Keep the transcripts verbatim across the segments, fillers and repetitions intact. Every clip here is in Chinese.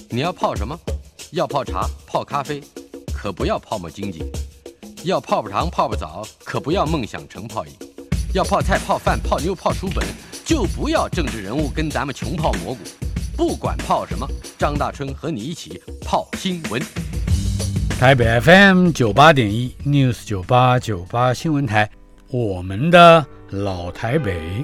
你要泡什么？要泡茶、泡咖啡，可不要泡沫经济；要泡泡糖、泡泡澡，可不要梦想成泡影；要泡菜、泡饭、泡妞、泡书本，就不要政治人物跟咱们穷泡蘑菇。不管泡什么，张大春和你一起泡新闻。 台北 F M 九八点一 News 九八九八新闻台，我们的老台北。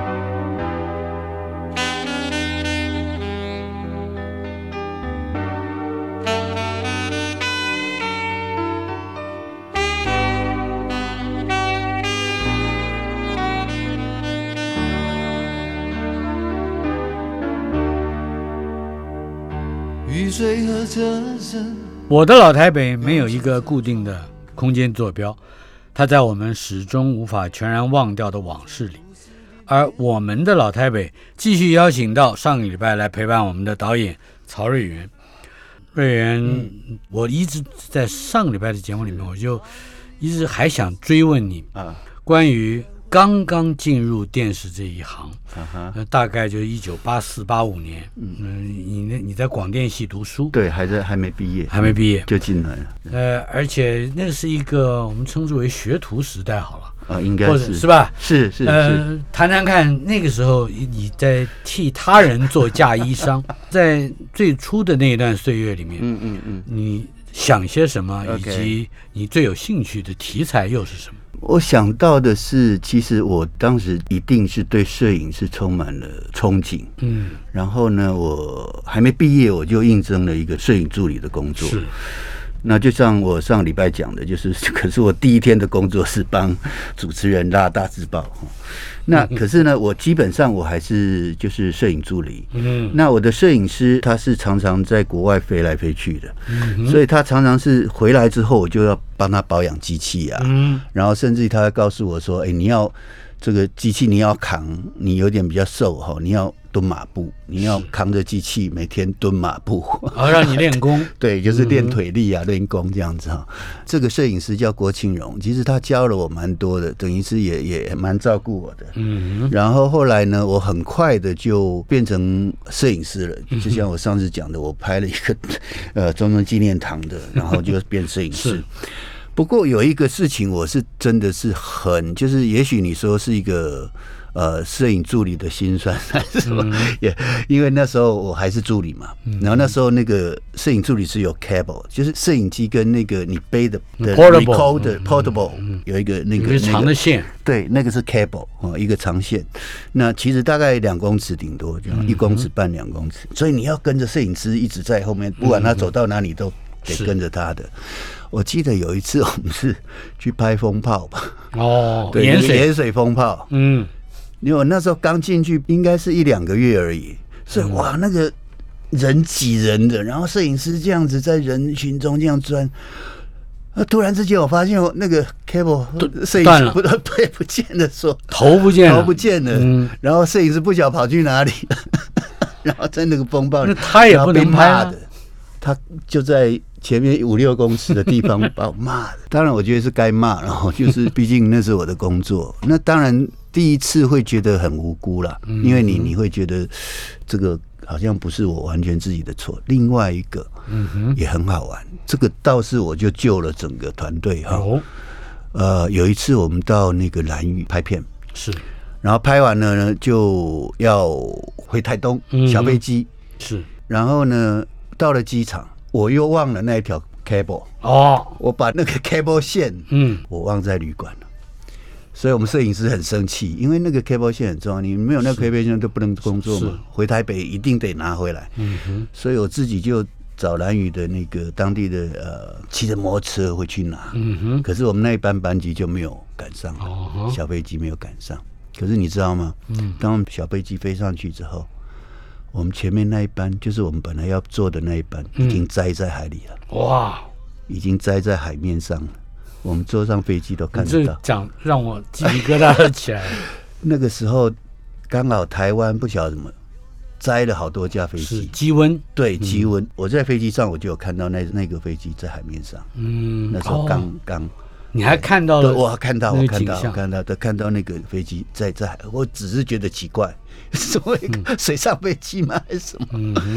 我的老台北没有一个固定的空间坐标，它在我们始终无法全然忘掉的往事里。而我们的老台北继续邀请到上个礼拜来陪伴我们的导演曹瑞元。瑞元、嗯、我一直在上个礼拜的节目里面，我就一直还想追问你、啊、关于刚刚进入电视这一行、uh-huh. 呃、大概就是一九八四八五年，嗯、呃，你你在广电系读书， 对，还在还没毕业， 还没毕业就进来了。 呃，而且那是一个我们称之为学徒时代好了， 啊、呃，应该是是吧？ 是是呃，谈谈看那个时候你在替他人做嫁衣裳，在最初的那一段岁月里面，嗯嗯嗯，你想些什么， okay. 以及你最有兴趣的题材又是什么？ 我想到的是，其实我当时一定是对摄影是充满了憧憬，嗯，然后呢，我还没毕业，我就应征了一个摄影助理的工作。是，那就像我上礼拜讲的，就是可是我第一天的工作是帮主持人拉大字报，那可是呢，我基本上我还是就是摄影助理。嗯，那我的摄影师他是常常在国外飞来飞去的，嗯，所以他常常是回来之后，我就要帮他保养机器啊，嗯，然后甚至他会告诉我说：“哎、欸，你要这个机器你要扛，你有点比较瘦哈，你要蹲马步，你要扛着机器每天蹲马步， 然后让你练功， 对，就是练腿力啊，练、嗯、功这样子哈。这个摄影师叫郭庆荣，其实他教了我蛮多的，等于是也也蛮照顾我的。嗯，然后后来呢，我很快的就变成摄影师了，就像我上次讲的，我拍了一个呃中正纪念堂的，然后就变摄影师。不过有一个事情，我是真的是很，就是也许你说是一个呃摄影助理的辛酸还是什么，嗯、也因为那时候我还是助理嘛，嗯、然后那时候那个摄影助理是有 cable， 就是摄影机跟那个你背的的 recorder portable、嗯、有一个那个长的线， 对，那个是 cable 哦，一个长线，那其实大概两公尺顶多，就一公尺半两公尺，所以你要跟着摄影师一直在后面，不管他走到哪里都得跟着他的。我记得有一次我们是去拍风炮吧，哦，对，盐水盐水风炮，嗯，因为我那时候刚进去，应该是一两个月而已，所以哇，那个人挤人的，然后摄影师这样子在人群中这样钻，啊，突然之间我发现我那个 cable 摄影师不对不见了，说头不见了， 头不见了，嗯，然后摄影师不晓得跑去哪里，然后在那个风暴里， 那他也不能拍啊， 他就在前面五六公尺的地方把我骂的，当然我觉得是该骂，然后就是毕竟那是我的工作。那当然第一次会觉得很无辜啦，因为你你会觉得这个好像不是我完全自己的错。另外一个也很好玩，这个倒是我就救了整个团队哈。呃，有一次我们到那个兰屿拍片，是，然后拍完了呢就要回台东，小飞机是，然后呢到了机场。我又忘了那一条 cable 哦，我把那个 cable 线，嗯，我忘在旅馆了，所以我们摄影师很生气，因为那个 cable 线很重要，你没有那个 cable 线都不能工作嘛，回台北一定得拿回来，嗯哼，所以我自己就找兰屿的那个当地的呃骑着摩托车回去拿，嗯哼，可是我们那一班班机就没有赶上，哦，小飞机没有赶上，可是你知道吗？嗯，当小飞机飞上去之后。我们前面那一班，就是我们本来要坐的那一班，已经栽在海里了。哇！已经栽在海面上了。我们坐上飞机都看得到。 你这讲让我鸡皮疙瘩起来。 那个时候刚好台湾不晓得怎么栽了好多架飞机， 是鸡瘟， 对鸡瘟、嗯。我在飞机上我就有看到那那个飞机在海面上。嗯，那时候刚、哦、刚。 你还看到了？ 我看到，我看到，我看到，都看到那个飞机在在，我只是觉得奇怪，是为水上飞机吗？还是什么？嗯，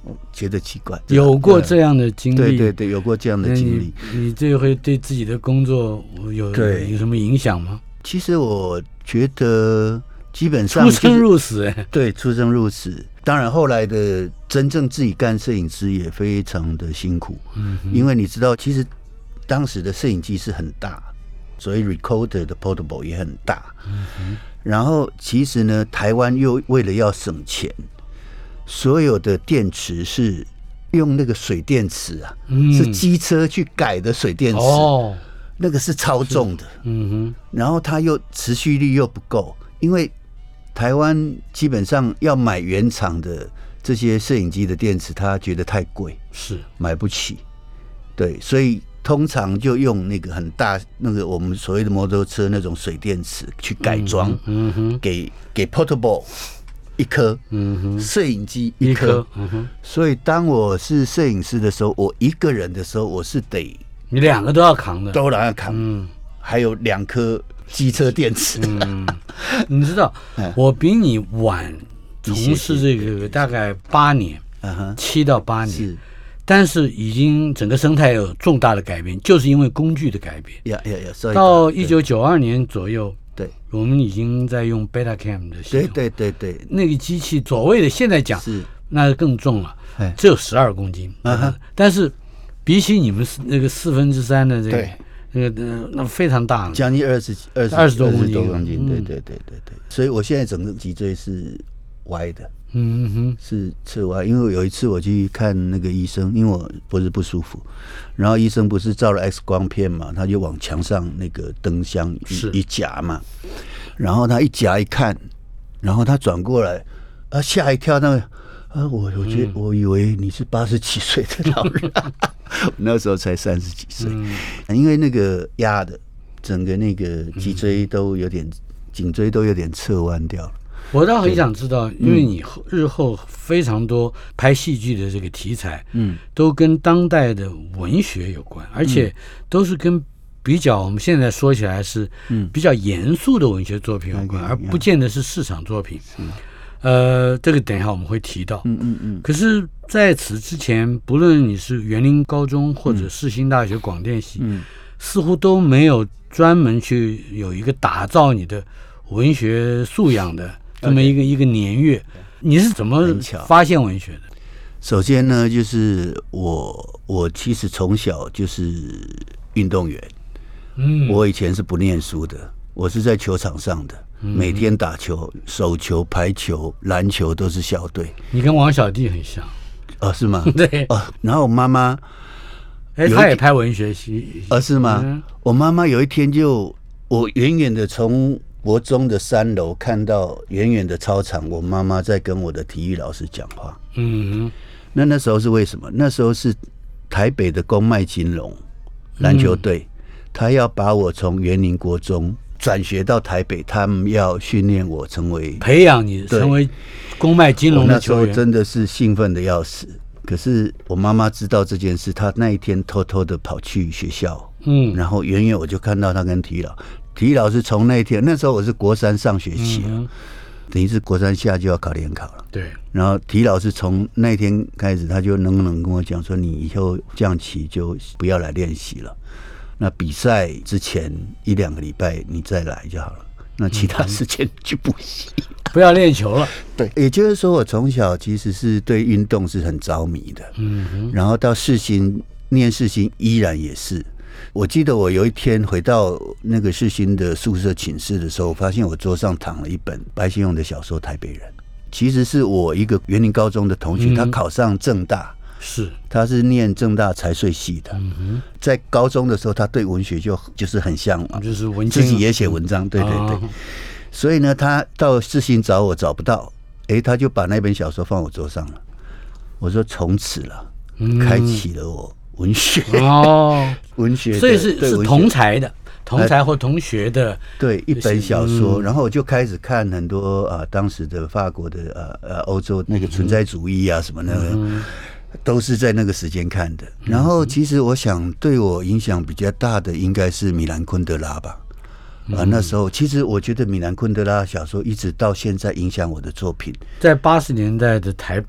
觉得奇怪。 有过这样的经历， 对对对，有过这样的经历。 你, 你这会对自己的工作有有什么影响吗？ 其实我觉得基本上、就是、 出生入死、欸， 对，出生入死。当然后来的真正自己干摄影师也非常的辛苦，嗯，因为你知道，其实当时的摄影机是很大，所以 recorder 的 portable 也很大，嗯，然后其实呢，台湾又为了要省钱，所有的电池是用那个水电池啊，嗯，是机车去改的水电池，哦，那个是超重的，嗯哼，然后它又持续力又不够，因为台湾基本上要买原厂的这些摄影机的电池，他觉得太贵， 是买不起。对，所以通常就用那个很大那个我们所谓的摩托车那种水电池去改装，嗯哼，给给 portable 一颗，嗯哼，摄影机一颗，嗯哼。所以当我是摄影师的时候，我一个人的时候，我是得你两个都要扛的， 都要扛，嗯，还有两颗机车电池， 嗯，你知道，我比你晚从事这个大概八年，七到八年，是，但是已经整个生态有重大的改变，就是因为工具的改变。 呀呀呀！ 到一九九二年左右， 对， 我们已经在用 Betacam 的系统， 对对对对， 那个机器所谓的现在讲是那更重了，只有十二公斤，啊，但是比起你们那个四分之三的这个。那个那非常大， 将近二十二十二十多公斤， 多公斤，对对对对对。所以我现在整个脊椎是歪的，嗯哼，是侧歪。因为有一次我去看那个医生，因为我脖子不舒服，然后医生不是照了 X 光片嘛，他就往墙上那个灯箱一一夹嘛，然后他一夹一看，然后他转过来，啊吓一跳，那个啊我我觉得、嗯、我以为你是八十几岁的老人。那时候才三十几岁，嗯，因为那个压的，整个那个脊椎都有点，颈椎都有点侧弯掉了。 我倒很想知道，因为你日后非常多拍戏剧的这个题材，嗯，都跟当代的文学有关，而且都是跟比较我们现在说起来是比较严肃的文学作品有关，而不见得是市场作品。呃，这个等一下我们会提到。嗯嗯嗯。可是在此之前，不论你是园林高中或者世新大学广电系，嗯，似乎都没有专门去有一个打造你的文学素养的这么一个、okay. 一个年月。你是怎么发现文学的？ 首先呢，就是我我其实从小就是运动员，嗯，我以前是不念书的，我是在球场上的。每天打球，手球、排球、篮球都是校队。 你跟王小弟很像哦，是吗？ 对哦。然后我妈妈， 哎，他也拍文学戏， 哦，是吗？嗯、我妈妈有一天就，我远远的从国中的三楼看到远远的操场，我妈妈在跟我的体育老师讲话。嗯哼。那那时候是为什么？那时候是台北的公卖金融篮球队，嗯、他要把我从园林国中转学到台北，他们要训练我成为培养你成为公卖金融的球员。 那时候真的是兴奋的要死。可是我妈妈知道这件事，她那一天偷偷的跑去学校，嗯，然后远远我就看到她跟体育老体育老师从那一天，那时候我是国三上学期、啊嗯、等于是国三下就要考联考了。 对。 然后体育老师从那天开始，他就能不能跟我讲说，你以后降旗就不要来练习了。那比赛之前一两个礼拜你再来就好了，那其他时间去补习， 不要练球了。 对，也就是说我从小其实是对运动是很着迷的，嗯哼，然后到世新念世新依然也是。我记得我有一天回到那个世新的宿舍寝室的时候，我发现我桌上躺了一本白先勇的小说《台北人》，其实是我一个园林高中的同学，嗯、他考上政大。 是， 他是念政大财税系的、嗯，在高中的时候，他对文学就就是很向往， 就是文自己也写文章，对对对。啊、所以呢，他到世新找我找不到，哎，他就把那本小说放我桌上了。我说从此了，嗯、开启了我文学哦，文学， 所以是是同才的。同才或同学的、呃、 对一本小说、嗯，然后我就开始看很多啊、呃，当时的法国的呃呃欧洲那个存在主义啊什么那个。嗯，都是在那个时间看的。然后其实我想对我影响比较大的应该是米兰昆德拉吧。啊，那时候其实我觉得米兰昆德拉小说一直到现在影响我的作品。 在八十年代的台北，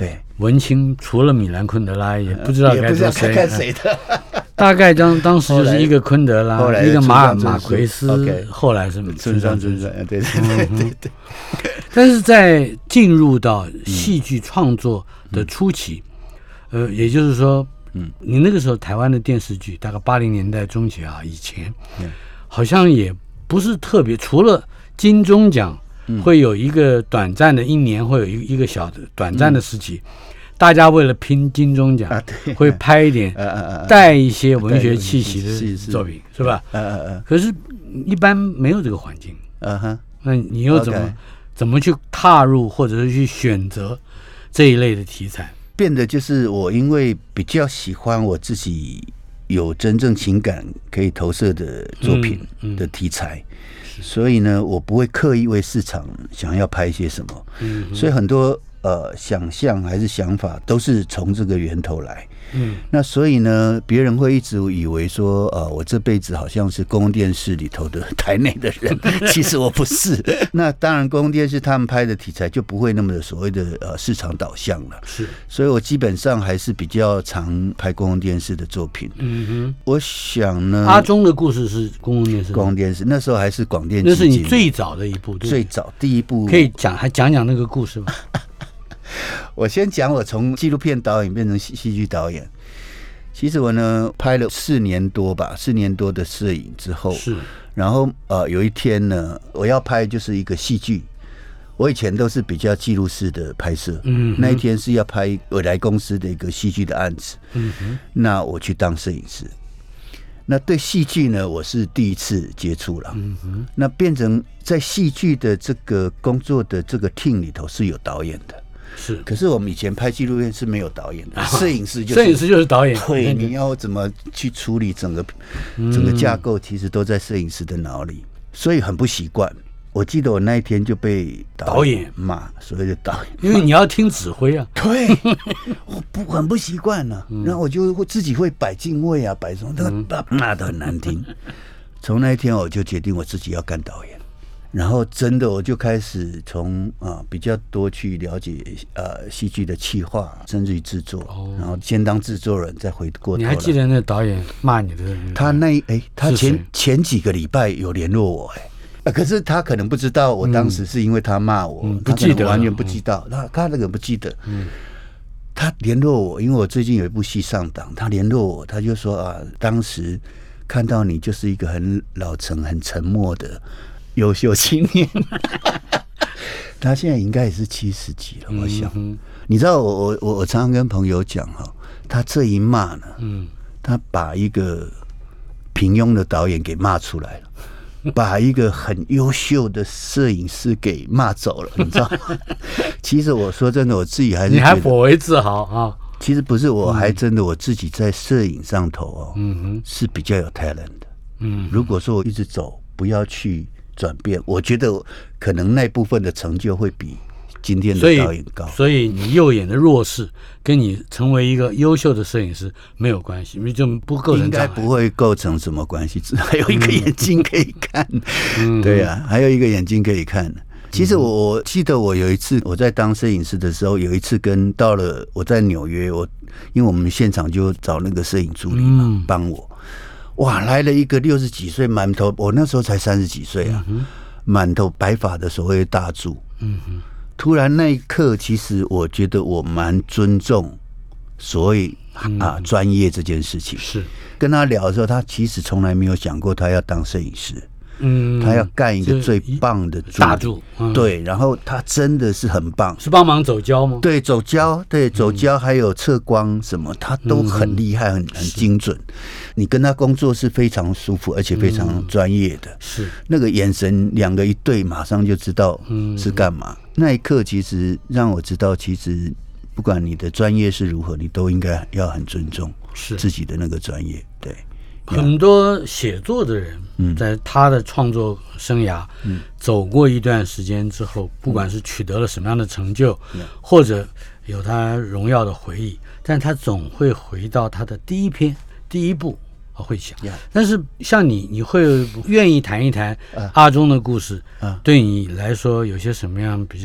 对， 文青除了米兰昆德拉，也不知道该说谁。 看谁的。 大概当当时就是一个昆德拉，一个马尔马奎斯， okay, 后来是村上春树，对对对对对。 但是在进入到戏剧创作的初期，嗯、呃，也就是说，嗯，你那个时候台湾的电视剧，大概八零年代中期啊以前，嗯，好像也不是特别，除了金钟奖会有一个短暂的一年，会有一个一个小的短暂的时期。嗯，大家为了拼金钟奖，啊、会拍一点带一些文学气息的作品，是吧？ 呃呃呃。 可是，一般没有这个环境。 嗯哼。 那你又怎么、okay. 怎么去踏入，或者是去选择这一类的题材？ 变得就是我，因为比较喜欢我自己有真正情感可以投射的作品的题材，嗯嗯、所以呢，我不会刻意为市场想要拍一些什么。嗯。所以很多。呃，想象还是想法都是从这个源头来，嗯，那所以呢，别人会一直以为说，呃，我这辈子好像是公共电视里头的台内的人，其实我不是。那当然，公共电视他们拍的题材就不会那么的所谓的呃市场导向了， 是， 所以我基本上还是比较常拍公共电视的作品。嗯哼，我想呢， 阿中的故事是公共电视， 公共电视那时候还是广电， 那是你最早的一部，对， 最早第一部， 可以讲还讲讲那个故事吗？ 我先讲我从纪录片导演变成戏剧导演。其实我呢拍了四年多吧，四年多的摄影之后，是，然后呃有一天呢，我要拍就是一个戏剧。我以前都是比较记录式的拍摄，嗯，那一天是要拍未来公司的一个戏剧的案子，嗯哼，那我去当摄影师。那对戏剧呢，我是第一次接触了，嗯哼，那变成在戏剧的这个工作的这个 team 里头是有导演的。是，可是我们以前拍纪录片是没有导演的，摄影师就是摄影师就是导演， 对，你要怎么去处理整个整个架构，其实都在摄影师的脑里，所以很不习惯。我记得我那一天就被导演骂，所谓的导演， 因为你要听指挥啊， 对，我不很不习惯呢，然后我就会自己会摆敬畏啊，摆什么，那骂得很难听。从那一天我就决定我自己要干导演。然后真的我就开始从啊比较多去了解呃戏剧的企划，甚至于制作，哦，然后先当制作人，再回过头来。 你还记得那个导演骂你的？ 他那哎，他前前几个礼拜有联络我哎，啊，可是他可能不知道我当时是因为他骂我， 嗯，不记得， 完全不知道，他他那个不记得。嗯，他联络我，因为我最近有一部戏上档，他联络我，他就说啊，当时看到你就是一个很老成、很沉默的优秀青年。他现在应该也是七十几了，我想。嗯，你知道我我我我常常跟朋友讲哈，他这一骂呢，嗯，他把一个平庸的导演给骂出来了，把一个很优秀的摄影师给骂走了，你知道吗？其实我说真的，我自己还是你还颇为自豪啊。 其实不是，我还真的我自己在摄影上头哦，嗯哼，是比较有 talent 的。嗯，如果说我一直走，不要去转变，我觉得可能那部分的成就会比今天的导演高。 所以，所以你右眼的弱势跟你成为一个优秀的摄影师没有关系，因为就不构成， 应该不会构成什么关系。只还有一个眼睛可以看，嗯，对呀，啊，还有一个眼睛可以看。其实我我记得我有一次我在当摄影师的时候，有一次跟到了我在纽约，我因为我们现场就找那个摄影助理嘛帮我。哇，来了一个六十几岁，满头，我那时候才三十几岁啊，满头白发的所谓的大助。嗯哼，突然那一刻，其实我觉得我蛮尊重所谓啊专业这件事情。是跟他聊的时候，他其实从来没有想过他要当摄影师。嗯，他要干一个最棒的助大助， 嗯，对，然后他真的是很棒， 是帮忙走焦吗？ 对，走焦，对，走焦，还有测光什么，他都很厉害，很很精准。你跟他工作是非常舒服，而且非常专业的。是那个眼神，两个一对，马上就知道是干嘛。那一刻，其实让我知道，其实不管你的专业是如何，你都应该要很尊重自己的那个专业。对。 很多写作的人，在他的创作生涯走过一段时间之后，不管是取得了什么样的成就，或者有他荣耀的回忆，但他总会回到他的第一篇、第一部会想。但是像你，你会愿意谈一谈阿中的故事？对你来说有些什么样比较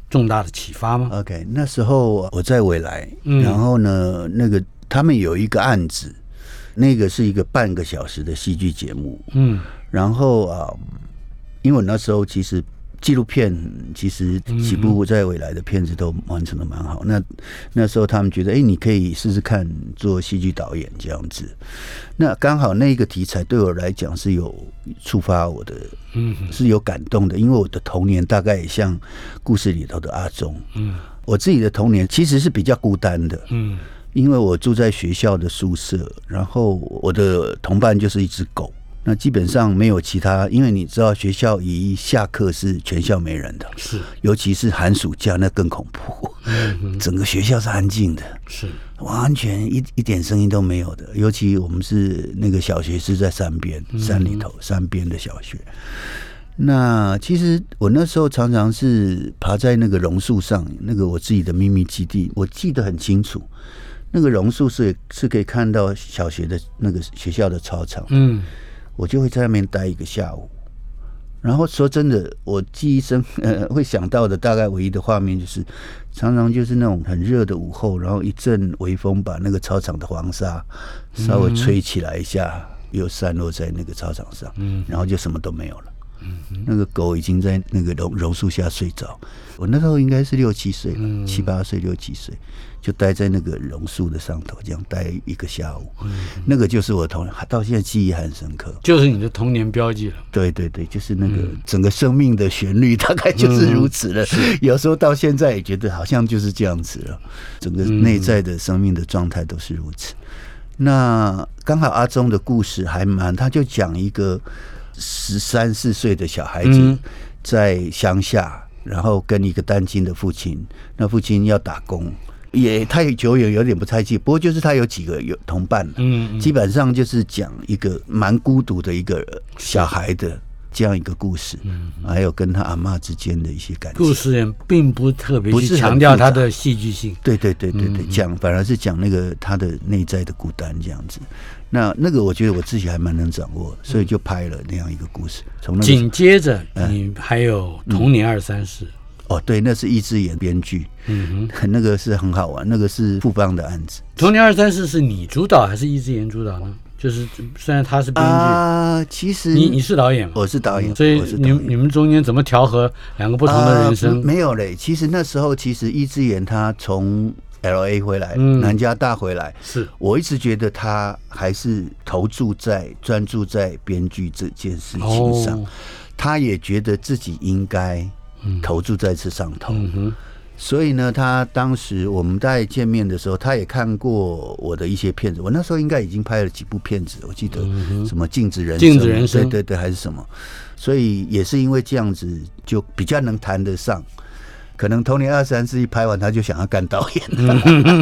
重大的启发吗 ？OK， 那时候我在未来， 嗯、 然后呢，那个他们有一个案子，那个是一个半个小时的戏剧节目， 嗯， 然后啊，因为我那时候其实纪录片其实几部在未来的片子都完成的蛮好，那那时候他们觉得，哎、欸，你可以试试看做戏剧导演这样子。那刚好那个题材对我来讲是有触发我的，嗯，是有感动的，因为我的童年大概也像故事里头的阿忠，嗯，我自己的童年其实是比较孤单的，嗯，因为我住在学校的宿舍，然后我的同伴就是一只狗。那基本上没有其他，因为你知道学校一下课是全校没人的， 是， 尤其是寒暑假那更恐怖，嗯、整个学校是安静的， 是完全一一点声音都没有的。尤其我们是那个小学是在山边，山里头山边的小学。那其实我那时候常常是爬在那个榕树上，那个我自己的秘密基地，我记得很清楚。那个榕树是是可以看到小学的那个学校的操场，嗯。我就会在那边待一个下午，然后说真的，我记忆深呃会想到的大概唯一的画面就是，常常就是那种很热的午后，然后一阵微风把那个操场的黄沙稍微吹起来一下，又散落在那个操场上，然后就什么都没有了。那个狗已经在那个榕榕树下睡着，我那时候应该是六七岁了，七八岁六七岁，就待在那个榕树的上头，这样待一个下午。嗯、那个就是我的童年，到现在记忆还很深刻。 就是你的童年标记了。 对对对，就是那个整个生命的旋律，大概就是如此了。嗯、有时候到现在也觉得好像就是这样子了，整个内在的生命的状态都是如此。那刚好阿忠的故事还蛮，他就讲一个十三四岁的小孩子在乡下，然后跟一个单亲的父亲，那父亲要打工。也太久远，有点不太记，不过就是他有几个有同伴，嗯嗯，基本上就是讲一个蛮孤独的一个小孩的这样一个故事，嗯，还有跟他阿嬷之间的一些感情。 故事人并不特别去强调他的戏剧性， 对对对对对，讲反而是讲那个他的内在的孤单这样子。那那个我觉得我自己还蛮能掌握，所以就拍了那样一个故事。从那个紧接着你还有童年二三事。 哦，对，那是易智言编剧，嗯哼，那个是很好玩，那个是富邦的案子。 童年二三事是你主导还是易智言主导呢？就是虽然他是编剧啊、呃，其实你你是导演嘛， 我是导演， 所以你你们中间怎么调和两个不同的人生？ 呃、没有嘞，其实那时候其实易智言他从 L A 回来，嗯、南加大回来， 是我一直觉得他还是投注在专注在编剧这件事情上，哦、他也觉得自己应该。投注在这上头，嗯哼，所以呢，他当时我们在见面的时候，他也看过我的一些片子。我那时候应该已经拍了几部片子，我记得什么《镜子人生》、 镜子人生， 对对对，还是什么。所以也是因为这样子，就比较能谈得上。可能童年二三事一拍完，他就想要干导演了。嗯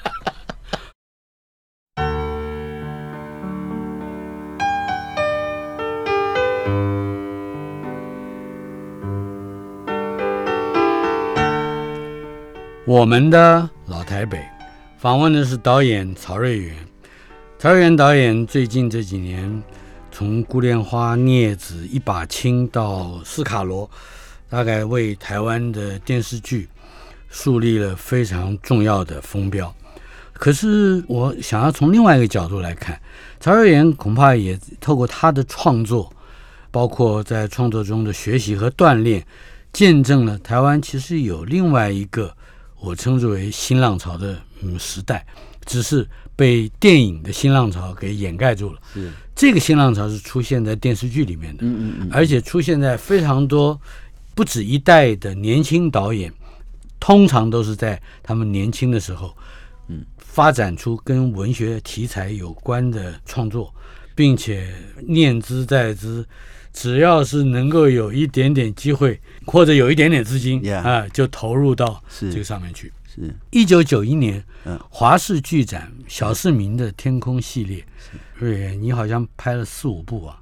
我们的老台北访问的是导演曹瑞原。曹瑞原导演最近这几年从《孤恋花》、《镊子》、一把青到斯卡罗，大概为台湾的电视剧树立了非常重要的风标。可是我想要从另外一个角度来看，曹瑞原恐怕也透过他的创作，包括在创作中的学习和锻炼，见证了台湾其实有另外一个我称之为新浪潮的嗯时代，只是被电影的新浪潮给掩盖住了。是这个新浪潮是出现在电视剧里面的，嗯嗯嗯，而且出现在非常多不止一代的年轻导演，通常都是在他们年轻的时候，嗯，发展出跟文学题材有关的创作，并且念兹在兹。只要是能够有一点点机会，或者有一点点资金、yeah. 啊，就投入到这个上面去。是一九九一年，嗯，华视剧展小市民的天空系列，瑞原，你好像拍了四五部啊？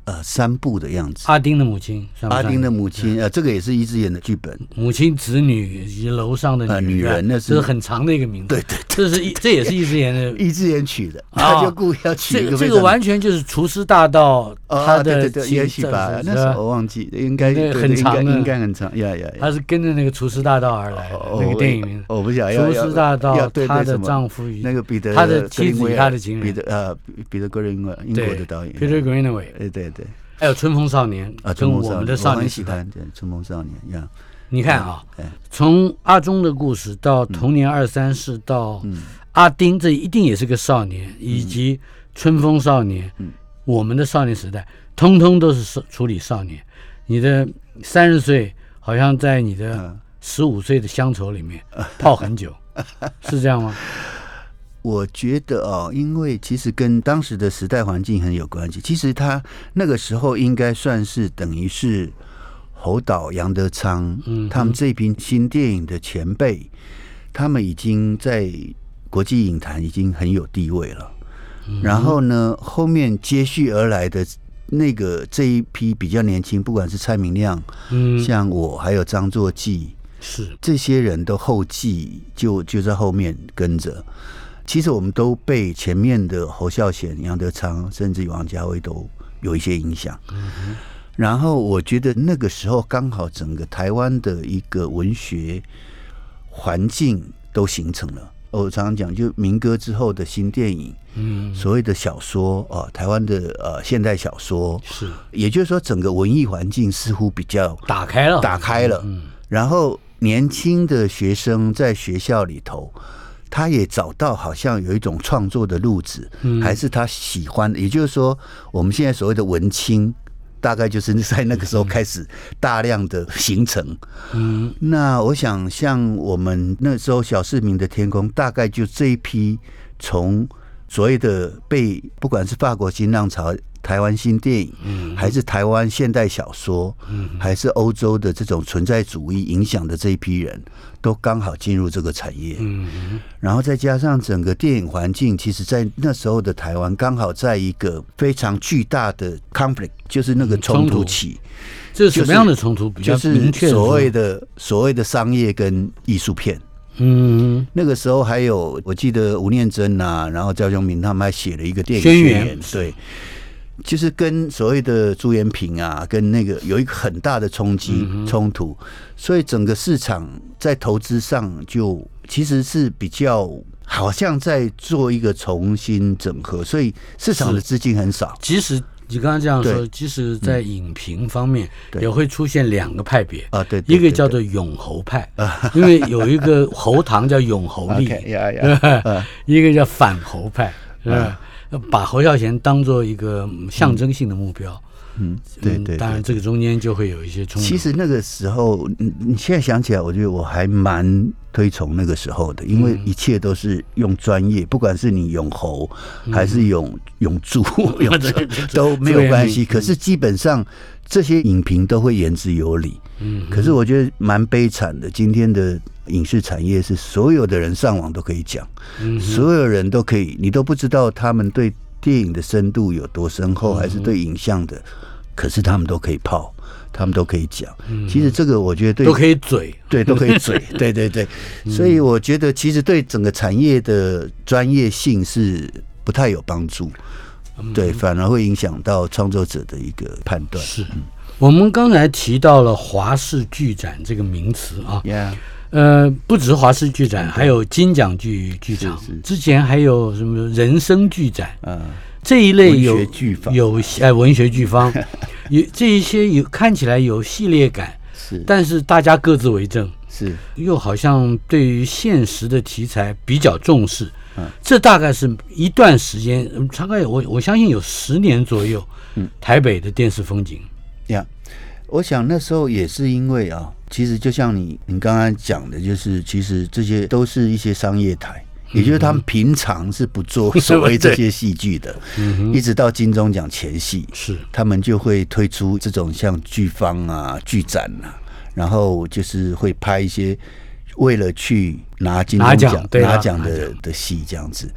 呃三部的样子。 阿丁的母亲算不算， 阿丁的母亲，呃，这个也是一只眼的剧本。 母亲、子女以及楼上的女人， 呃、女人那是这是很长的一个名字。 对对对，这是这也是一只眼的一只眼取的，他就故意要取一个、 哦、这, 这个完全就是厨师大盗他的、 哦、对对对，也许吧，那时候我忘记，应该很长的， 应该很长呀呀。 他是跟着那个厨师大盗而来的、哦、那个电影名字， 我不晓得。 厨师大盗，他的丈夫与那个彼得， 他的妻子与他的情人， 彼得呃彼得格林威尔，英国的导演 Peter Greenaway， 对对对。 还有《春风少年》 啊， 跟我们的少年时代， 对，《春风少年》呀。 你看啊，从阿忠的故事到童年二三事，到阿丁，这一定也是个少年，以及春风少年，我们的少年时代，通通都是处理少年。你的三十岁好像在你的十五岁的乡愁里面泡很久，是这样吗？ 我觉得哦，因为其实跟当时的时代环境很有关系。其实他那个时候应该算是等于是侯导、杨德昌、嗯、他们这批新电影的前辈，他们已经在国际影坛已经很有地位了。嗯、然后呢，后面接续而来的那个这一批比较年轻，不管是蔡明亮，嗯，像我还有张作骥， 是这些人都后继就就在后面跟着。其实我们都被前面的侯孝贤、杨德昌，甚至王家卫都有一些影响。嗯、然后我觉得那个时候刚好整个台湾的一个文学环境都形成了。我常常讲，就民歌之后的新电影，嗯，所谓的小说啊、呃，台湾的呃现代小说， 是， 也就是说整个文艺环境似乎比较打开了， 打开了。嗯，然后年轻的学生在学校里头。他也找到好像有一种创作的路子，嗯、还是他喜欢的。也就是说，我们现在所谓的文青，大概就是在那个时候开始大量的形成。嗯，那我想，像我们那时候小市民的天空，大概就这一批从所谓的被不管是法国新浪潮、台湾新电影，嗯、还是台湾现代小说，嗯、还是欧洲的这种存在主义影响的这一批人。都刚好进入这个产业，嗯，然后再加上整个电影环境，其实在那时候的台湾刚好在一个非常巨大的 conflict， 就是那个冲突期。 这是什么样的冲突比较明确？ 就是所谓的所谓的商业跟艺术片。嗯，那个时候还有我记得吴念真啊，然后赵忠明他们还写了一个电影宣言，对。就是跟所谓的朱延平啊，跟那个有一个很大的冲击冲突，所以整个市场在投资上就其实是比较好像在做一个重新整合，所以市场的资金很少。 即使你刚刚这样说，即使在影评方面也会出现两个派别啊，对， 一个叫做永侯派，因为有一个侯堂叫永侯立，一个叫反侯派，把侯孝贤当做一个象征性的目标， 嗯，对 对, 对， 当然这个中间就会有一些冲突。 其实那个时候，你现在想起来，我觉得我还蛮推崇那个时候的，因为一切都是用专业，不管是你永侯还是永永驻，永都没有关系。可是基本上这些影评都会言之有理。嗯，可是我觉得蛮悲惨的，今天的影视产业是所有的人上网都可以讲，嗯、所有人都可以，你都不知道他们对电影的深度有多深厚，还是对影像的，可是他们都可以泡，他们都可以讲。嗯、其实这个我觉得对都可以嘴， 对，都可以嘴，对对对。所以我觉得其实对整个产业的专业性是不太有帮助，对，反而会影响到创作者的一个判断。 是。嗯，我们刚才提到了华视剧展这个名词啊， yeah. 呃，不只是华视剧展，还有金奖剧剧场，之前还有什么人生剧展啊，这一类有有呃文学剧坊，有这一些有看起来有系列感，是，但是大家各自为政， 是，又好像对于现实的题材比较重视。嗯，这大概是一段时间，大概我我相信有十年左右，嗯，台北的电视风景。 呀、yeah, 我想那时候也是因为啊，其实就像你你刚刚讲的，就是其实这些都是一些商业台，也就是他们平常是不做所谓这些戏剧的，一直到金钟奖前夕，是他们就会推出这种像剧坊啊、剧展啊，然后就是会拍一些为了去拿金钟奖拿奖的的戏这样子。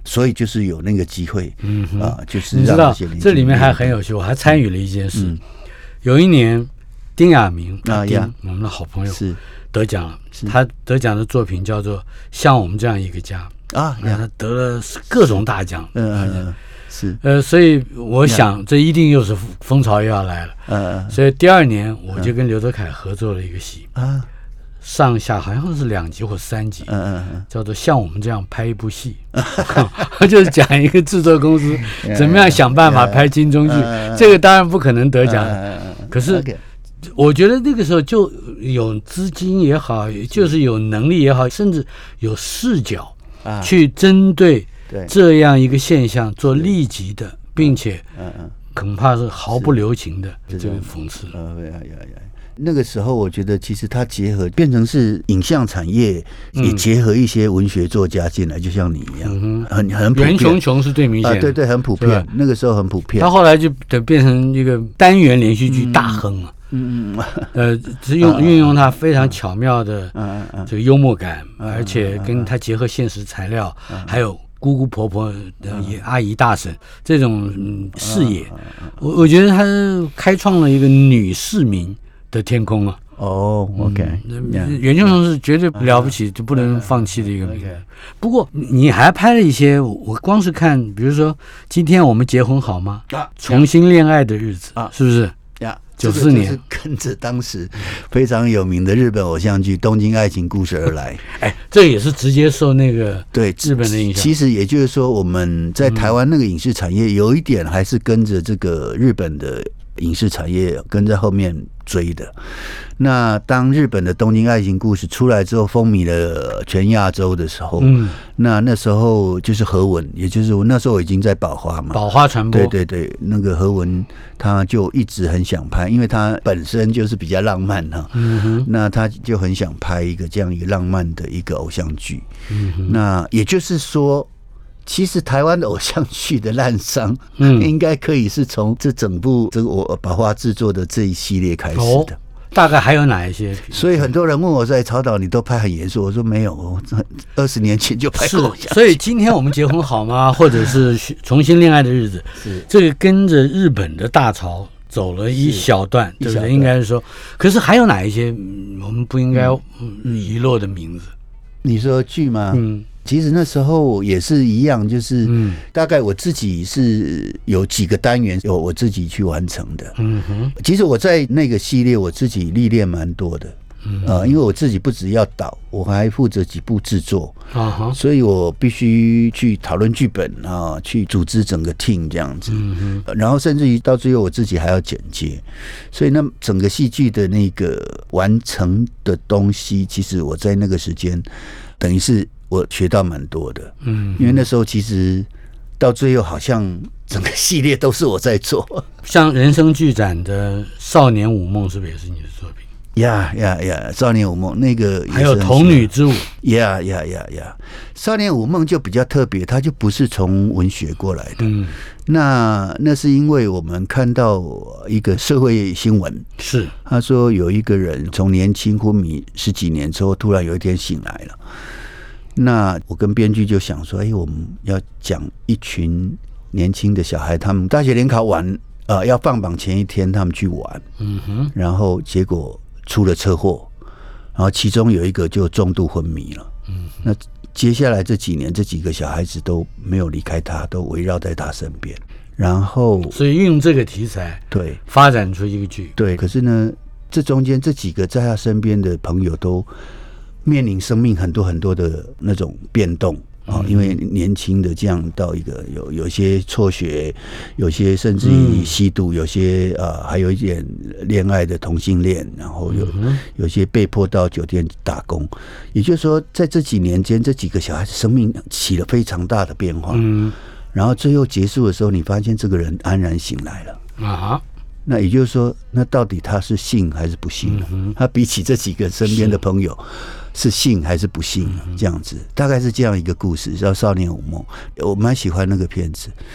所以就是有那个机会，嗯啊，就是你知道这里面还很有趣，我还参与了一件事。嗯、有一年，丁亚明啊，丁我们的好朋友是得奖了，他得奖的作品叫做《像我们这样一个家》啊，他得了各种大奖。嗯嗯嗯。是呃，所以我想这一定又是风潮又要来了。嗯，所以第二年我就跟刘德凯合作了一个戏啊，上下好像是两集或三集，嗯嗯嗯，叫做《像我们这样拍一部戏》，就是讲一个制作公司怎么样想办法拍金钟剧。这个当然不可能得奖，可是我觉得那个时候就有资金也好，就是有能力也好，甚至有视角去针对。这样一个现象做立即的，并且恐怕是毫不留情的这个讽刺。 那个时候，我觉得其实它结合变成是影像产业，也结合一些文学作家进来，就像你一样，嗯、很很普遍。 袁琼琼是最明显的、 啊，对对，很普遍。那个时候很普遍。 他后来就得变成一个单元连续剧大亨了。嗯嗯呃，是用运用他非常巧妙的这个幽默感，而且跟他结合现实材料，还有。姑姑婆婆、也阿姨大婶这种、嗯、视野，我我觉得他开创了一个女市民的天空啊。 哦、oh, ，OK， 袁琼琼是绝对了不起，就不能放弃的一个名字。不过你还拍了一些，我光是看，比如说今天我们结婚好吗？重新恋爱的日子，是不是？ 呀。 九四年， 这个就是跟着当时非常有名的日本偶像剧《东京爱情故事》而来。 哎，这也是直接受那个对日本的影响。 其实也就是说，我们在台湾那个影视产业有一点还是跟着这个日本的影视产业跟在后面追的。那当日本的《东京爱情故事》出来之后，风靡了全亚洲的时候，嗯，那那时候就是何文，也就是我那时候我已经在宝华嘛， 宝华传播， 对对对，那个何文他就一直很想拍，因为他本身就是比较浪漫哈，嗯哼，那他就很想拍一个这样一个浪漫的一个偶像剧，嗯哼，那也就是说。其实台湾的偶像剧的滥觞，嗯，应该可以是从这整部这个我宝华制作的这一系列开始的。哦， 大概还有哪一些？ 所以很多人问我在曹导你都拍很严肃，我说没有，二十年前就拍过偶像剧。 所以今天我们结婚好吗？或者是重新恋爱的日子，是这个跟着日本的大潮走了一小段，对不对？应该是说，可是还有哪一些我们不应该遗落的名字？ 你说剧吗？嗯。其实那时候也是一样，就是大概我自己是有几个单元有我自己去完成的。嗯哼，其实我在那个系列我自己历练蛮多的。嗯，呃，因为我自己不只要导，我还负责几部制作，啊，所以我必须去讨论剧本啊，去组织整个 team 这样子。嗯哼，然后甚至于到最后我自己还要剪接，所以那整个戏剧的那个完成的东西，其实我在那个时间等于是。我学到蛮多的，嗯，因为那时候其实到最后好像整个系列都是我在做。 像人生剧展的《少年舞梦》是不是也是你的作品？ 呀呀呀！少年舞梦那个还有童女之舞， 呀呀呀呀！少年舞梦就比较特别，它就不是从文学过来的。嗯，那那是因为我们看到一个社会新闻， 是他说有一个人从年轻昏迷十几年之后，突然有一天醒来了。那我跟编剧就想说，哎，我们要讲一群年轻的小孩，他们大学联考完，呃，要放榜前一天，他们去玩，嗯哼，然后结果出了车祸，然后其中有一个就重度昏迷了，嗯，那接下来这几年，这几个小孩子都没有离开他，都围绕在他身边，然后所以运用这个题材，对，发展出一个剧， 对，可是呢，这中间这几个在他身边的朋友都。面临生命很多很多的那种变动啊，因为年轻的这样到一个有有些辍学，有些甚至于吸毒，有些啊还有一点恋爱的同性恋，然后有有些被迫到酒店打工。也就是说，在这几年间，这几个小孩子生命起了非常大的变化。嗯，然后最后结束的时候，你发现这个人安然醒来了啊。那也就是说，那到底他是幸还是不幸呢？嗯、他比起这几个身边的朋友，是幸还是不幸呢？这样子，大概是这样一个故事，叫《少年舞梦》。我蛮喜欢那个片子。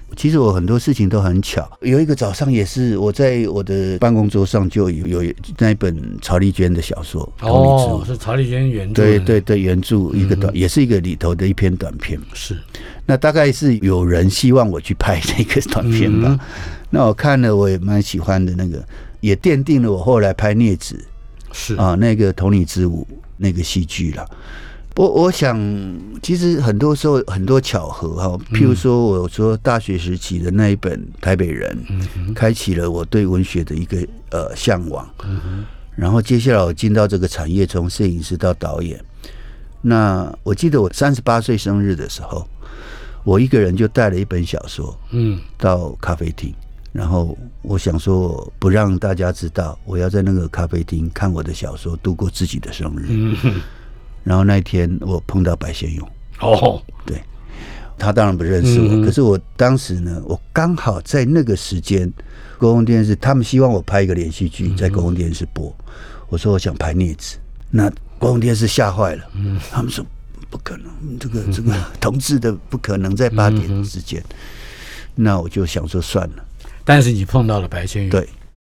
其实我很多事情都很巧。有一个早上也是我在我的办公桌上就有有那一本曹丽娟的小说， 哦，是曹丽娟原著， 对对对，原著一个短、嗯，也是一个里头的一篇短片。 是， 那大概是有人希望我去拍那个短片吧。嗯、那我看了，我也蛮喜欢的，那个也奠定了我后来拍《孽子》 是啊，那个《童女之舞》那个戏剧了。我我想，其实很多时候很多巧合哈，譬如说，我说大学时期的那一本《台北人》，嗯，开启了我对文学的一个呃向往。嗯，然后接下来我进到这个产业，从摄影师到导演。那我记得我三十八岁生日的时候，我一个人就带了一本小说，嗯，到咖啡厅，然后我想说不让大家知道，我要在那个咖啡厅看我的小说，度过自己的生日。嗯，然后那一天我碰到白先勇， 哦， 对，他当然不认识我，嗯，可是我当时呢，我刚好在那个时间，公共电视他们希望我拍一个连续剧，在公共电视播，我说我想拍《孽子》，那公共电视吓坏了，嗯，他们说不可能，这个这个同志的不可能在八点之间，嗯，那我就想说算了， 但是你碰到了白先勇， 对。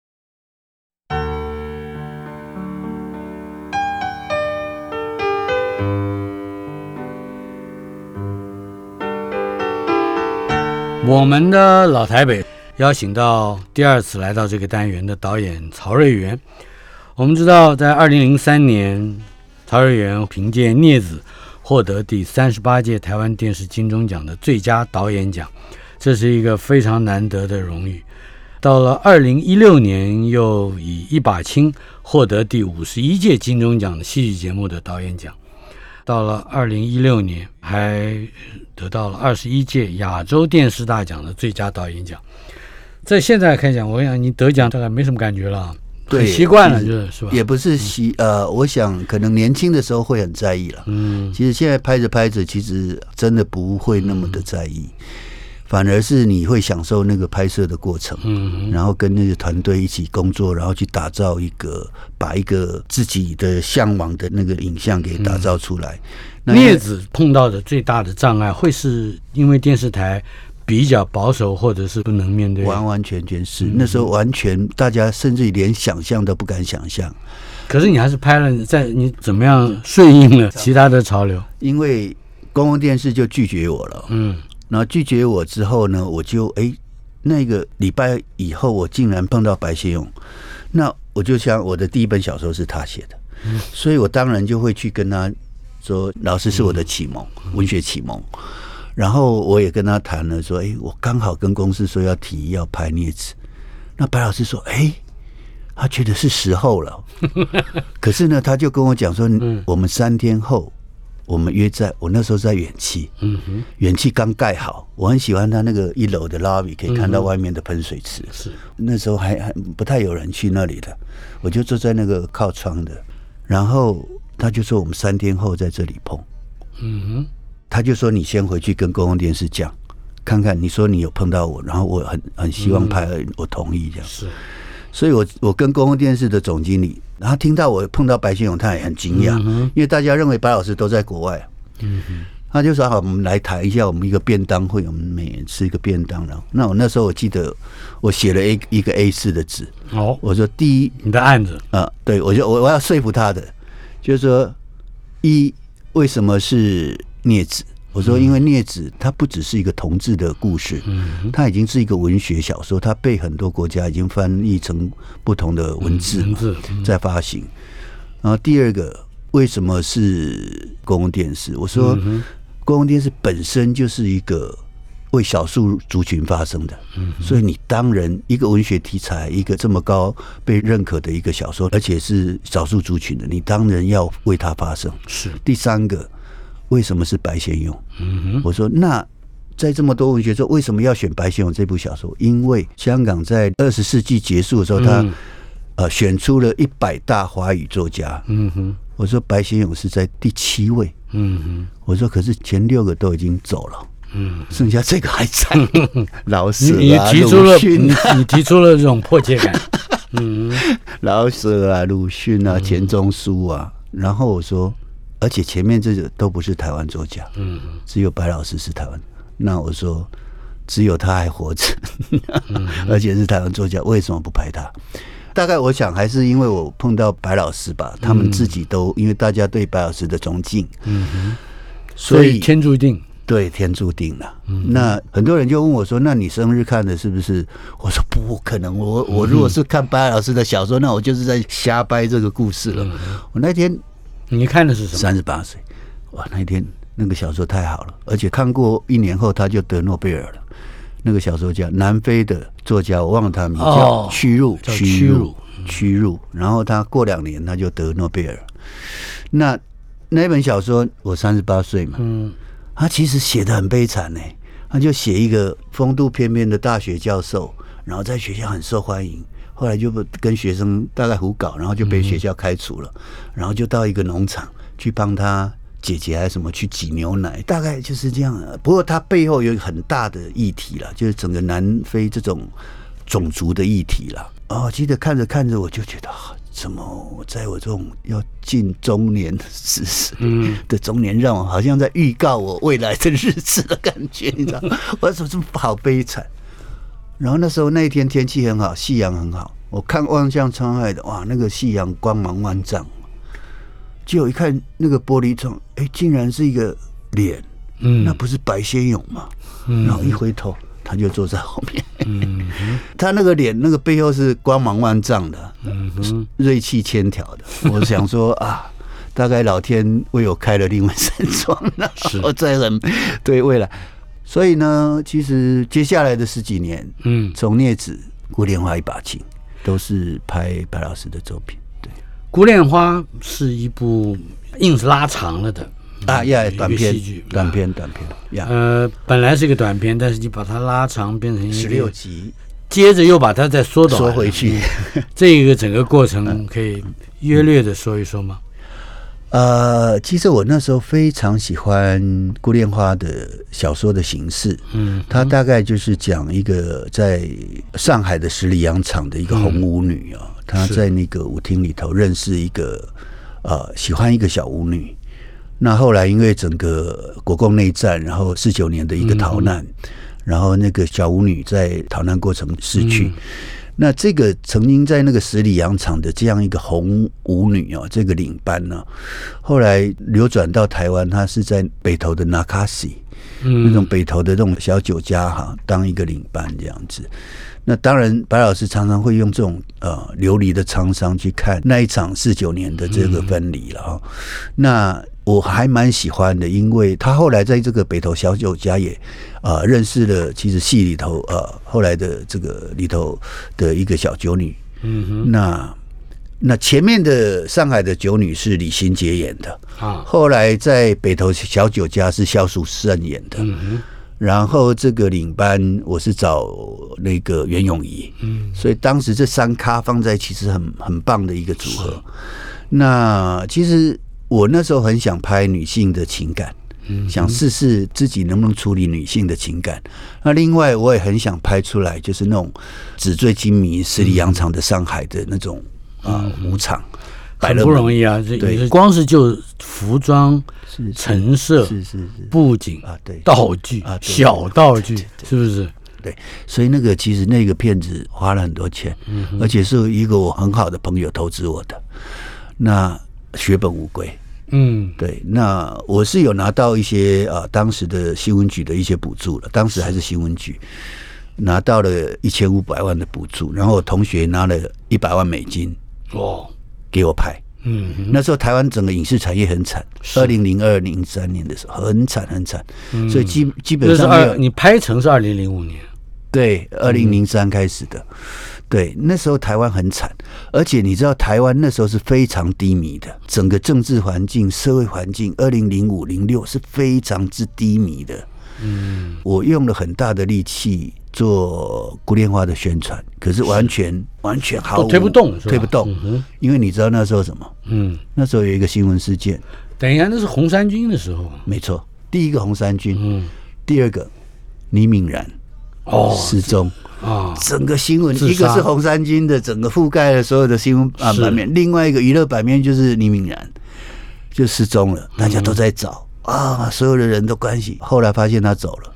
我们的老台北邀请到第二次来到这个单元的导演曹瑞原。我们知道在二零零三年曹瑞原凭借《孽子》获得第三十八届台湾电视金钟奖的最佳导演奖，这是一个非常难得的荣誉。到了二零一六年又以一把青获得第五十一届金钟奖的戏剧节目的导演奖，到了二零一六年还得到了二十一届亚洲电视大奖的最佳导演奖。在现在看讲，我想你得奖大概没什么感觉了， 对， 习惯了，就是是吧？ 也不是习呃，我想可能年轻的时候会很在意了，嗯，其实现在拍着拍着，其实真的不会那么的在意。嗯，反而是你会享受那个拍摄的过程，嗯，然后跟那个团队一起工作，然后去打造一个把一个自己的向往的那个影像给打造出来。 嗯，孽子碰到的最大的障碍，会是因为电视台比较保守，或者是不能面对？ 完完全全是，嗯，那时候完全大家甚至于连想象都不敢想象。 可是你还是拍了，在你怎么样顺应了其他的潮流？ 因为公共电视就拒绝我了，嗯。然后拒绝我之后呢，我就哎，那个礼拜以后，我竟然碰到白先勇，那我就想我的第一本小说是他写的，嗯，所以我当然就会去跟他说，老师是我的启蒙，嗯，文学启蒙。然后我也跟他谈了说，哎，我刚好跟公司说要提议要拍《孽子》，那白老师说，哎，他觉得是时候了，可是呢，他就跟我讲说，嗯，我们三天后。我们约在我那时候在远气，嗯哼，远气刚盖好，我很喜欢他那个一楼的 lobby， 可以看到外面的喷水池。嗯，是那时候还还不太有人去那里的，我就坐在那个靠窗的，然后他就说我们三天后在这里碰，嗯哼，他就说你先回去跟公共电视讲，看看你说你有碰到我，然后我很很希望拍，嗯，我同意这样。是，所以我我跟公共电视的总经理。然后听到我碰到白先勇，他也很惊讶，嗯，因为大家认为白老师都在国外，嗯，他就说好，我们来谈一下我们一个便当会，我们每人吃一个便当。然后，那我那时候我记得我写了一一个 A 四 的纸，哦，我说第一， 你的案子啊，呃，对我就我我要说服他的，就是说一为什么是孽子？我说，因为孽子它不只是一个同志的故事，嗯，它已经是一个文学小说，它被很多国家已经翻译成不同的文字嘛，嗯嗯，在发行。然后第二个，为什么是公共电视？我说，嗯，公共电视本身就是一个为少数族群发声的，嗯，所以你当然一个文学题材，一个这么高被认可的一个小说，而且是少数族群的，你当然要为它发声。是第三个。为什么是白先勇？嗯，我说那在这么多文学中，为什么要选白先勇这部小说？因为香港在二十世纪结束的时候，他，嗯，呃选出了一百大华语作家。嗯哼，我说白先勇是在第七位。嗯哼，我说可是前六个都已经走了。嗯，剩下这个还在。老舍啊， 你提出了你, 你提出了这种迫切感。 嗯，老舍啊，鲁迅啊，钱钟书啊，然后我说。而且前面这个都不是台湾作家，嗯，只有白老师是台湾。那我说， 只有他还活着，而且是台湾作家，为什么不拍他？大概我想还是因为我碰到白老师吧，他们自己都、嗯、因为大家对白老师的崇敬，嗯哼， 所以天注定， 对，天注定了。嗯、那很多人就问我说：“那你生日看的是不是？”我说：“不可能，我我如果是看白老师的小说，那我就是在瞎掰这个故事了。嗯”我那天你看的是什么？ 三十八岁，哇，那天那个小说太好了，而且看过一年后他就得诺贝尔了。那个小说家，南非的作家，我忘了他的名字，叫屈辱，屈辱，屈辱。然后他过两年他就得诺贝尔。那那本小说，我三十八岁嘛，嗯，他其实写得很悲惨呢。他就写一个风度翩翩的大学教授，然后在学校很受欢迎，后来就跟学生大概胡搞，然后就被学校开除了，然后就到一个农场去帮他姐姐还是什么去挤牛奶，大概就是这样。不过它背后有一个很大的议题啦，就是整个南非这种种族的议题啦。哦，记得看着看着我就觉得，怎么我在我这种要进中年时的中年，让我好像在预告我未来的日子的感觉，你知道？我怎么这么好悲惨？然后那时候那一天天气很好，夕阳很好，我看望向窗外的，哇，那个夕阳光芒万丈。结果一看那个玻璃窗，哎，竟然是一个脸，嗯，那不是白先勇吗？嗯，然后一回头，他就坐在后面，嗯，他那个脸，那个背后是光芒万丈的，嗯，锐气千条的。我想说啊，大概老天为我开了另外扇窗了，我在很对未来。所以呢，其实接下来的十几年，嗯，从镊子、孤恋花一把青，都是拍白老师的作品。 《孤恋花》是一部硬是拉长了的啊，呀，短片，短片，短片，呀， 呃，本来是一个短片，但是你把它拉长变成十六集， 接着又把它再缩短， 缩回去。 这个整个过程可以约略的说一说吗？ 呃，其实我那时候非常喜欢《孤恋花》的小说的形式，嗯，它大概就是讲一个在上海的十里洋场的一个红舞女啊。嗯，他在那个舞厅里头认识一个呃喜欢一个小舞女，那后来因为整个国共内战，然后四九年的一个逃难，嗯，然后那个小舞女在逃难过程逝去。嗯，那这个曾经在那个十里洋场的这样一个红舞女哦，这个领班呢，后来流转到台湾，她是在北投的 Nakasi，嗯，那种北投的那种小酒家哈，当一个领班这样子。那当然，白老师常常会用这种呃流离的沧桑去看那一场四九年的这个分离了哈。那我还蛮喜欢的，因为他后来在这个北投小酒家也呃认识了，其实戏里头呃后来的这个里头的一个小酒女。嗯哼。那那前面的上海的酒女是李心洁演的啊，后来在北投小酒家是萧淑慎演的。嗯哼。然后这个领班我是找那个袁咏仪，嗯，所以当时这三咖放在一起是很很棒的一个组合。那其实我那时候很想拍女性的情感，嗯，想试试自己能不能处理女性的情感。那另外我也很想拍出来，就是那种纸醉金迷、十里洋场的上海的那种啊、呃、舞场。 很不容易啊！这光是就服装、陈设、 是是是布景啊，对，道具啊，小道具，是不是？ 对，所以那个其实那个片子花了很多钱，嗯，而且是一个我很好的朋友投资我的，那血本无归。嗯，对，那我是有拿到一些啊、呃、当时的新闻局的一些补助了，当时还是新闻局。拿到了一千五百万的补助，然后我同学拿了一百万美金，哦，给我拍。嗯，那时候台湾整个影视产业很惨，二零零二零三年的时候很惨很惨，嗯，所以基基本上二你拍成是二零零五年， 对，二零零三开始的，嗯，对，那时候台湾很惨，而且你知道台湾那时候是非常低迷的，整个政治环境、社会环境，二零零五零六是非常之低迷的。嗯，我用了很大的力气做孤恋花的宣传，可是完全完全毫无推不动， 推不动，嗯，因为你知道那时候什么？嗯，那时候有一个新闻事件。 等一下，那是红衫军的时候。 没错，第一个红衫军，嗯，第二个倪敏然哦失踪啊，整个新闻一个是红衫军的整个覆盖了所有的新闻啊版面，另外一个娱乐版面就是倪敏然就失踪了，大家都在找。嗯啊，所有的人都关心，后来发现他走了。嗯哼，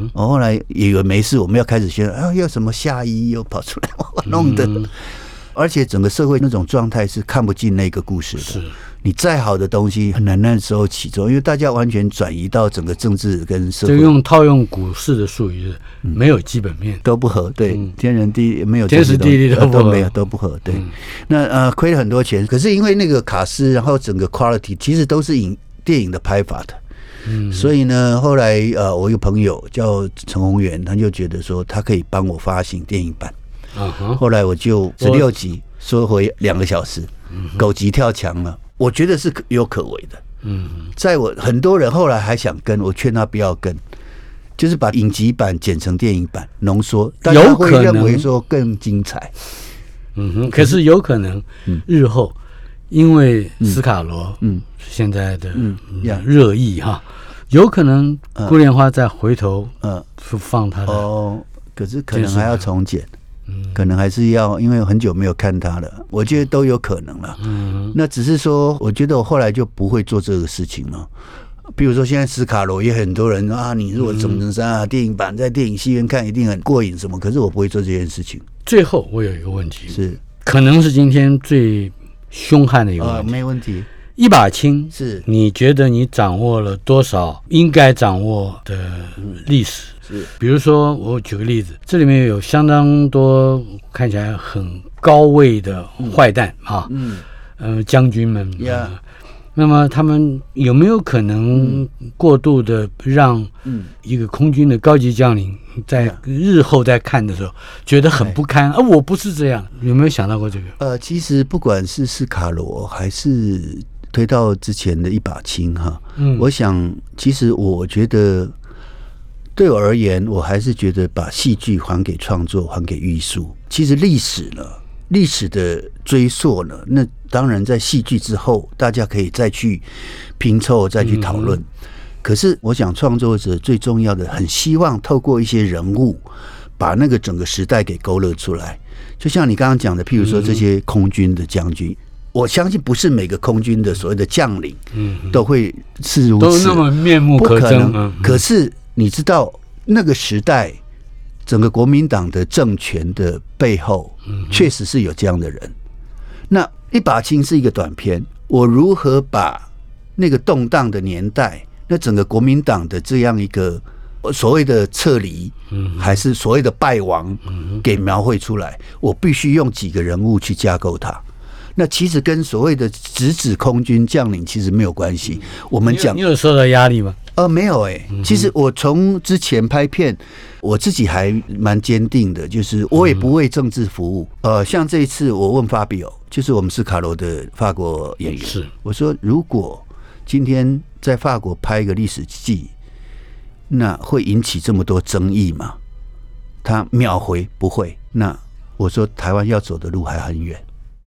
嗯，我后来也以为没事，我们要开始宣传，啊，又什么夏衣又跑出来，弄得。嗯，而且整个社会那种状态是看不进那个故事的。是，你再好的东西很难那时候起作用，因为大家完全转移到整个政治跟社会。就用套用股市的术语，没有基本面， 都不合。对，嗯，天人地没有天时地利都不合， 都没有都不合。对，嗯，那呃亏了很多钱，可是因为那个卡司，然后整个 quality 其实都是影电影的拍法的。嗯，所以呢，后来呃，我一个朋友叫陈宏源，他就觉得说他可以帮我发行电影版。Uh-huh. 后来我就十六集缩回两个小时，狗急跳墙了。我觉得是有可为的。嗯，在我很多人后来还想跟我劝他不要跟，就是把影集版剪成电影版浓缩，大家会认为说更精彩。 嗯哼，可是有可能日后因为斯卡罗嗯现在的热议哈，有可能顾莲花再回头嗯放他的哦，可是可能还要重剪。可能还是要，因为很久没有看他了，我觉得都有可能了。嗯，那只是说，我觉得我后来就不会做这个事情了。比如说，现在斯卡罗也很多人啊，你如果怎么能山啊，电影版在电影戏院看一定很过瘾什么，可是我不会做这件事情。 最后，我有一个问题， 是可能是今天最凶悍的一个问题， 呃、没问题。 一把青是， 你觉得你掌握了多少应该掌握的历史？是，比如说我举个例子，这里面有相当多看起来很高位的坏蛋啊，嗯，呃，将军们，呃，那么他们有没有可能过度的让一个空军的高级将领在日后在看的时候觉得很不堪？啊，我不是这样，有没有想到过这个？ 呃，其实不管是斯卡罗还是推到之前的一把青哈，嗯，我想其实我觉得。对我而言，我还是觉得把戏剧还给创作，还给艺术。其实历史呢，历史的追溯呢，那当然在戏剧之后，大家可以再去拼凑，再去讨论。嗯，可是我想，创作者最重要的，很希望透过一些人物，把那个整个时代给勾勒出来。就像你刚刚讲的，譬如说这些空军的将军。嗯，我相信不是每个空军的所谓的将领，嗯，都会是如此， 都那么面目可憎。 嗯，可是。你知道那个时代，整个国民党的政权的背后，确实是有这样的人。那一把青是一个短片，我如何把那个动荡的年代，那整个国民党的这样一个所谓的撤离，还是所谓的败亡，给描绘出来？我必须用几个人物去架构它。那其实跟所谓的直指空军将领其实没有关系。我们讲， 你有受到压力吗？ 呃，没有哎、欸。其实我从之前拍片，我自己还蛮坚定的，就是我也不为政治服务。呃，像这一次我问法比欧，就是我们斯卡罗的法国演员，是我说，如果今天在法国拍一个历史剧，那会引起这么多争议吗？他秒回不会。那我说，台湾要走的路还很远。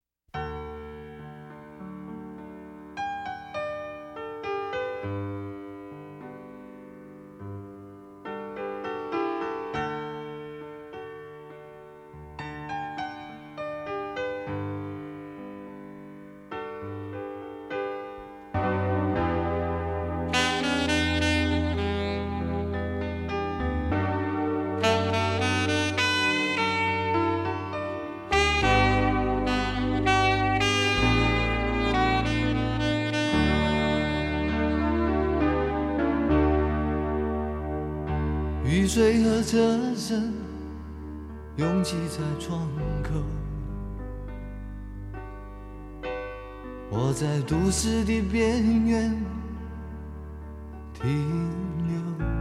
雨水和车声拥挤在窗口，我在都市的边缘停留。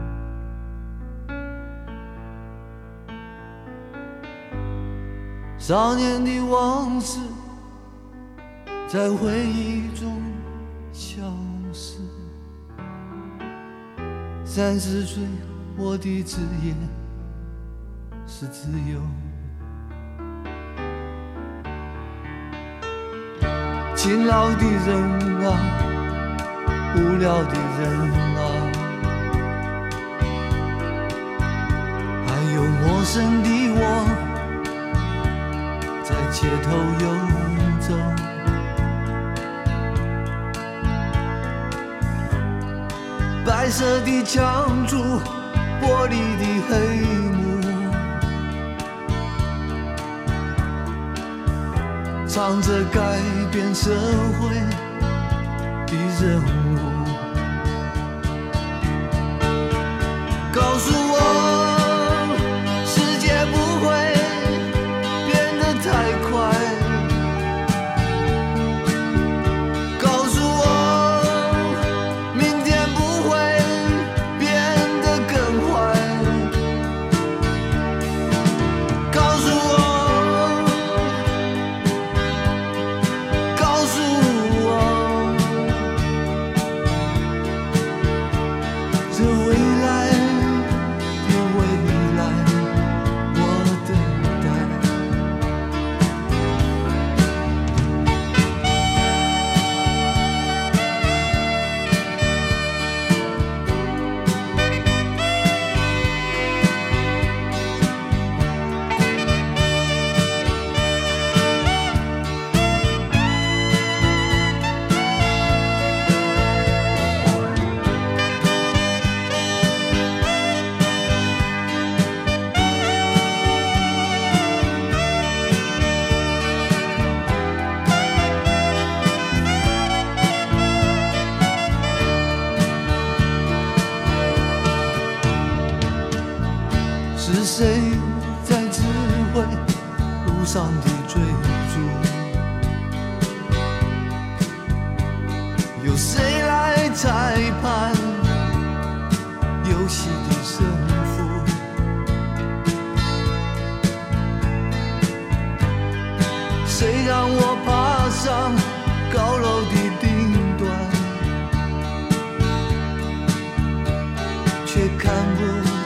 少年的往事在回忆中消失，三十岁我的职业是自由，勤劳的人啊，无聊的人啊，还有陌生的我在街头游走，白色的墙柱， 玻璃的黑幕，唱着改变社会的任务。告诉我，世界不会变得太快。告诉我，明天不会变得更坏。告诉我，告诉我，这未来。是谁在指挥路上的追逐？由谁来裁判游戏的胜负？谁让我爬上高楼的顶端，却看不